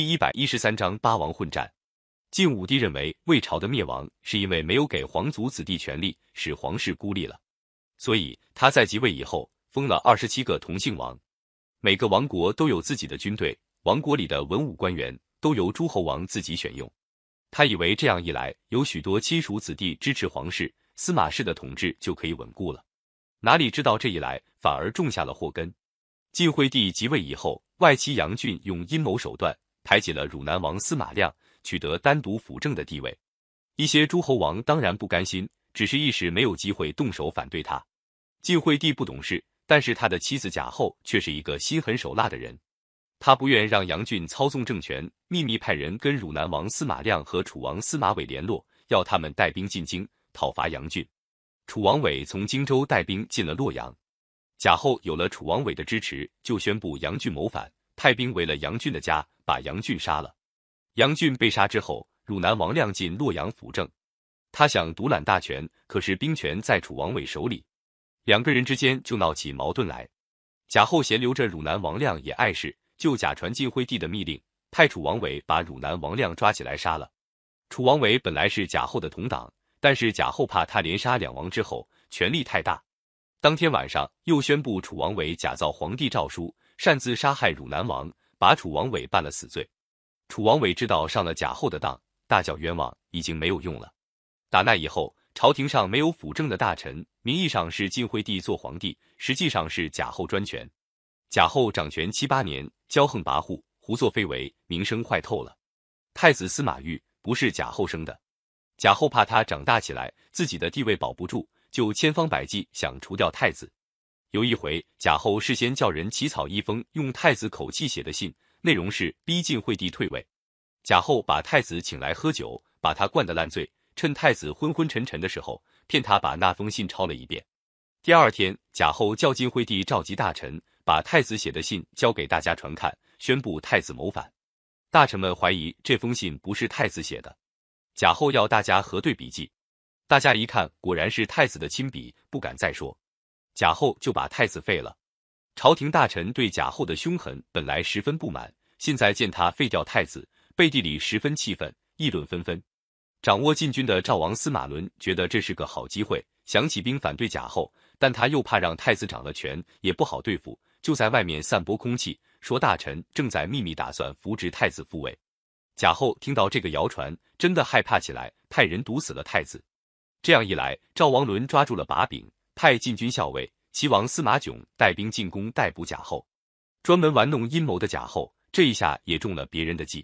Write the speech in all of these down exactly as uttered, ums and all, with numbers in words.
第一百一十三章八王混战。晋武帝认为魏朝的灭亡是因为没有给皇族子弟权力，使皇室孤立了，所以他在即位以后封了二十七个同姓王，每个王国都有自己的军队，王国里的文武官员都由诸侯王自己选用。他以为这样一来，有许多亲属子弟支持皇室，司马氏的统治就可以稳固了。哪里知道这一来反而种下了祸根。晋惠帝即位以后，外戚杨俊用阴谋手段排挤了汝南王司马亮，取得单独辅政的地位。一些诸侯王当然不甘心，只是一时没有机会动手反对他。晋惠帝不懂事，但是他的妻子贾后却是一个心狠手辣的人。他不愿让杨俊操纵政权，秘密派人跟汝南王司马亮和楚王司马伟联络，要他们带兵进京讨伐杨俊。楚王伟从荆州带兵进了洛阳。贾后有了楚王伟的支持，就宣布杨俊谋反，派兵围了杨俊的家，把杨俊杀了。杨俊被杀之后，汝南王亮进洛阳辅政，他想独揽大权，可是兵权在楚王伟手里，两个人之间就闹起矛盾来。贾后嫌留着汝南王亮也碍事，就假传晋惠帝的密令，派楚王伟把汝南王亮抓起来杀了。楚王伟本来是贾后的同党，但是贾后怕他连杀两王之后权力太大，当天晚上又宣布楚王伟假造皇帝诏书，擅自杀害汝南王，把楚王伟办了死罪。楚王伟知道上了贾后的当，大叫冤枉，已经没有用了。打那以后，朝廷上没有辅政的大臣，名义上是晋惠帝做皇帝，实际上是贾后专权。贾后掌权七八年，骄横跋扈，胡作非为，名声坏透了。太子司马昱不是贾后生的，贾后怕他长大起来自己的地位保不住，就千方百计想除掉太子。有一回，贾后事先叫人起草一封用太子口气写的信，内容是逼晋惠帝退位。贾后把太子请来喝酒，把他灌得烂醉，趁太子昏昏沉沉的时候，骗他把那封信抄了一遍。第二天，贾后叫晋惠帝召集大臣，把太子写的信交给大家传看，宣布太子谋反。大臣们怀疑这封信不是太子写的，贾后要大家核对笔迹，大家一看果然是太子的亲笔，不敢再说，贾后就把太子废了。朝廷大臣对贾后的凶狠本来十分不满，现在见他废掉太子，背地里十分气愤，议论纷纷。掌握禁军的赵王司马伦觉得这是个好机会，想起兵反对贾后，但他又怕让太子掌了权也不好对付，就在外面散播空气，说大臣正在秘密打算扶植太子复位。贾后听到这个谣传，真的害怕起来，派人毒死了太子。这样一来，赵王伦抓住了把柄，派禁军校尉齐王司马囧带兵进宫逮捕贾后。专门玩弄阴谋的贾后，这一下也中了别人的计。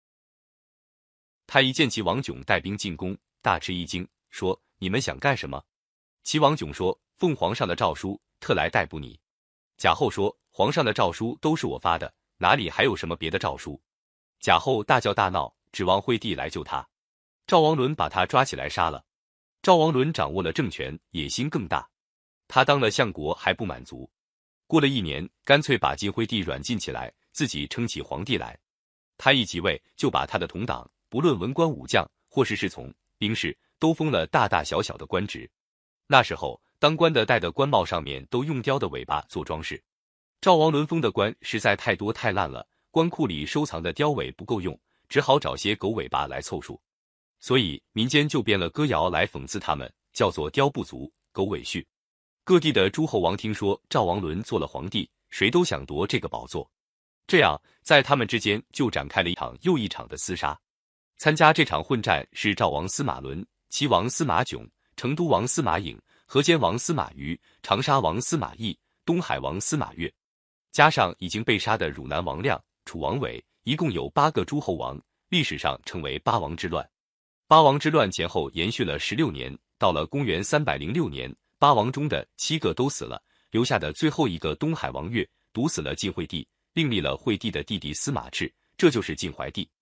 他一见齐王囧带兵进宫，大吃一惊，说：“你们想干什么？”齐王囧说：“奉皇上的诏书，特来逮捕你。”贾后说：“皇上的诏书都是我发的，哪里还有什么别的诏书？”贾后大叫大闹，指望惠帝来救他。赵王伦把他抓起来杀了。赵王伦掌握了政权，野心更大。他当了相国还不满足，过了一年，干脆把晋惠帝软禁起来，自己称起皇帝来。他一即位，就把他的同党，不论文官武将或是侍从、兵士，都封了大大小小的官职。那时候，当官的戴的官帽上面都用雕的尾巴做装饰。赵王伦封的官实在太多太烂了，官库里收藏的雕尾不够用，只好找些狗尾巴来凑数。所以民间就编了歌谣来讽刺他们，叫做雕不足，狗尾续。各地的诸侯王听说赵王伦做了皇帝，谁都想夺这个宝座。这样，在他们之间就展开了一场又一场的厮杀。参加这场混战是赵王司马伦、齐王司马囧、成都王司马颖、河间王司马瑜、长沙王司马懿、东海王司马越，加上已经被杀的汝南王亮、楚王伟，一共有八个诸侯王，历史上称为八王之乱。八王之乱前后延续了十六年，到了公元三百零六年，八王中的七个都死了，留下的最后一个东海王越毒死了晋惠帝，另立了惠帝的弟弟司马炽，这就是晋怀帝。